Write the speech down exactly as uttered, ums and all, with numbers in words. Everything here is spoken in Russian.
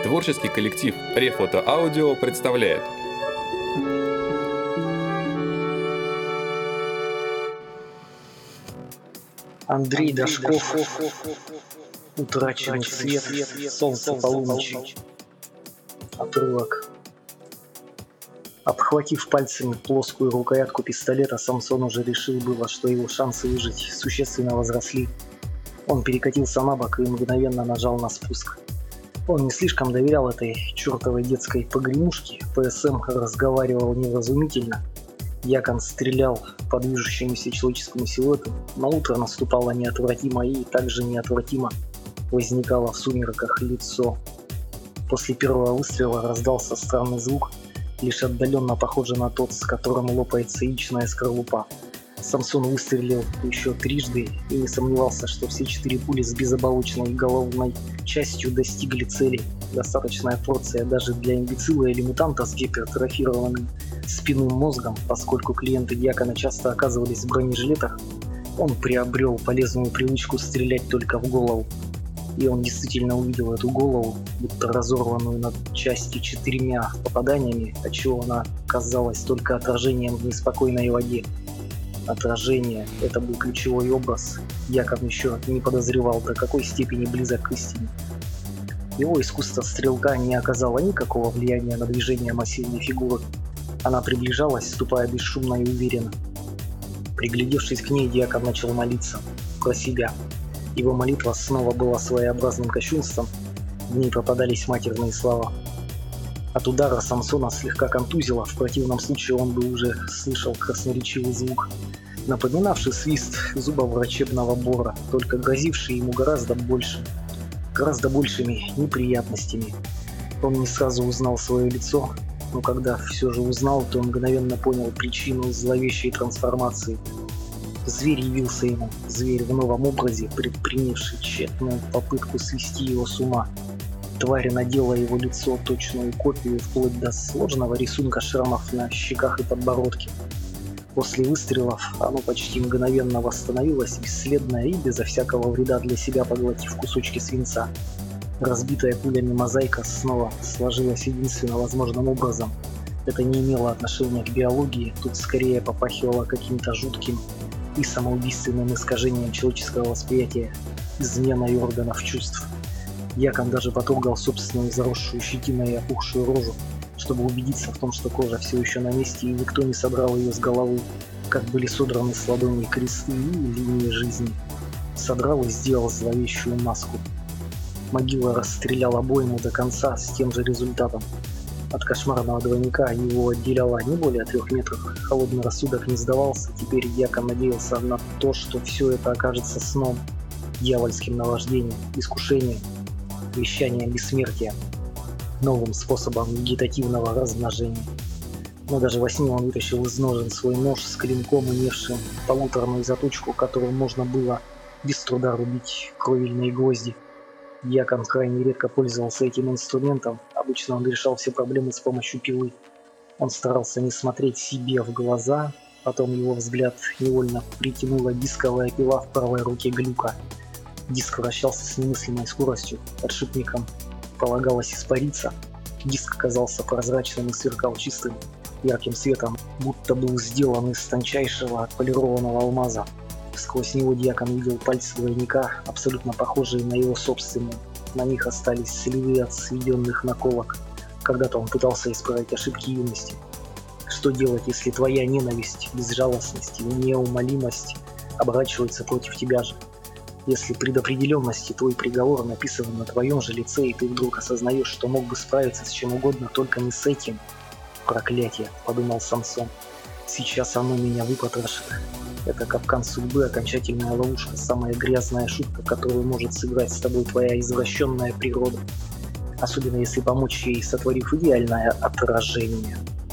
Творческий коллектив Рефото Аудио представляет. Андрей Дашков. Утраченный свет, солнце полуночи. Отрывок. Обхватив пальцами плоскую рукоятку пистолета, Самсон уже решил было, что его шансы выжить существенно возросли. Он перекатился на бок и мгновенно нажал на спуск. Он не слишком доверял этой чертовой детской погремушке. ПСМ разговаривал невразумительно. Якон стрелял по движущемуся человеческому силуэту. На утро наступало неотвратимо, и также неотвратимо возникало в сумерках лицо. После первого выстрела раздался странный звук, лишь отдаленно похожий на тот, с которым лопается яичная скорлупа. Самсон выстрелил еще трижды и не сомневался, что все четыре пули с безоболочной головной частью достигли цели. Достаточная порция даже для имбецила или мутанта с гипертрофированным спинным мозгом, поскольку клиенты Дьякона часто оказывались в бронежилетах. Он приобрел полезную привычку стрелять только в голову. И он действительно увидел эту голову, будто разорванную на части четырьмя попаданиями, отчего она казалась только отражением в неспокойной воде. Отражение – это был ключевой образ. Яков еще не подозревал, до какой степени близок к истине. Его искусство стрелка не оказало никакого влияния на движение массивной фигуры. Она приближалась, ступая бесшумно и уверенно. Приглядевшись к ней, Дьякон начал молиться про себя. Его молитва снова была своеобразным кощунством, в ней попадались матерные слова. От удара Самсона слегка контузило, в противном случае он бы уже слышал красноречивый звук, напоминавший свист зубоврачебного бора, только грозивший ему гораздо больше, гораздо большими неприятностями. Он не сразу узнал свое лицо, но когда все же узнал, то мгновенно понял причину зловещей трансформации. Зверь явился ему, зверь в новом образе, предпринявший тщетную попытку свести его с ума. Тварь надела его лицо точную копию, вплоть до сложного рисунка шрамов на щеках и подбородке. После выстрелов оно почти мгновенно восстановилось, бесследное и безо всякого вреда для себя, поглотив кусочки свинца. Разбитая пулями мозаика снова сложилась единственно возможным образом. Это не имело отношения к биологии, тут скорее попахивало каким-то жутким и самоубийственным искажением человеческого восприятия, изменой органов чувств. Якон даже потрогал собственную заросшую щетиной и опухшую рожу, чтобы убедиться в том, что кожа все еще на месте и никто не содрал ее с головы, как были содраны с ладоней кресты и линии жизни. Содрал и сделал зловещую маску. Могила расстрелял обойму до конца с тем же результатом. От кошмарного двойника его отделяло не более трех метров. Холодный рассудок не сдавался, теперь Якон надеялся на то, что все это окажется сном, дьявольским наваждением, искушением, вещанием бессмертия, новым способом вегетативного размножения. Но даже во сне он вытащил из ножен свой нож с клинком, имевшим полуторную заточку, которым можно было без труда рубить кровельные гвозди. Якон крайне редко пользовался этим инструментом, обычно он решал все проблемы с помощью пилы. Он старался не смотреть себе в глаза, потом его взгляд невольно притянула дисковая пила в правой руке Глюка. Диск вращался с немыслимой скоростью, подшипникам полагалось испариться. Диск казался прозрачным и сверкал чистым, ярким светом, будто был сделан из тончайшего отполированного алмаза. Сквозь него Дьякон видел пальцы двойника, абсолютно похожие на его собственные. На них остались следы от сведенных наколок. Когда-то он пытался исправить ошибки юности. Что делать, если твоя ненависть, безжалостность и неумолимость оборачиваются против тебя же? Если предопределенность и твой приговор написан на твоем же лице, и ты вдруг осознаешь, что мог бы справиться с чем угодно, только не с этим. Проклятие, подумал Самсон. Сейчас оно меня выпотрошит. Это капкан судьбы, окончательная ловушка, самая грязная шутка, которую может сыграть с тобой твоя извращенная природа. Особенно если помочь ей, сотворив идеальное отражение.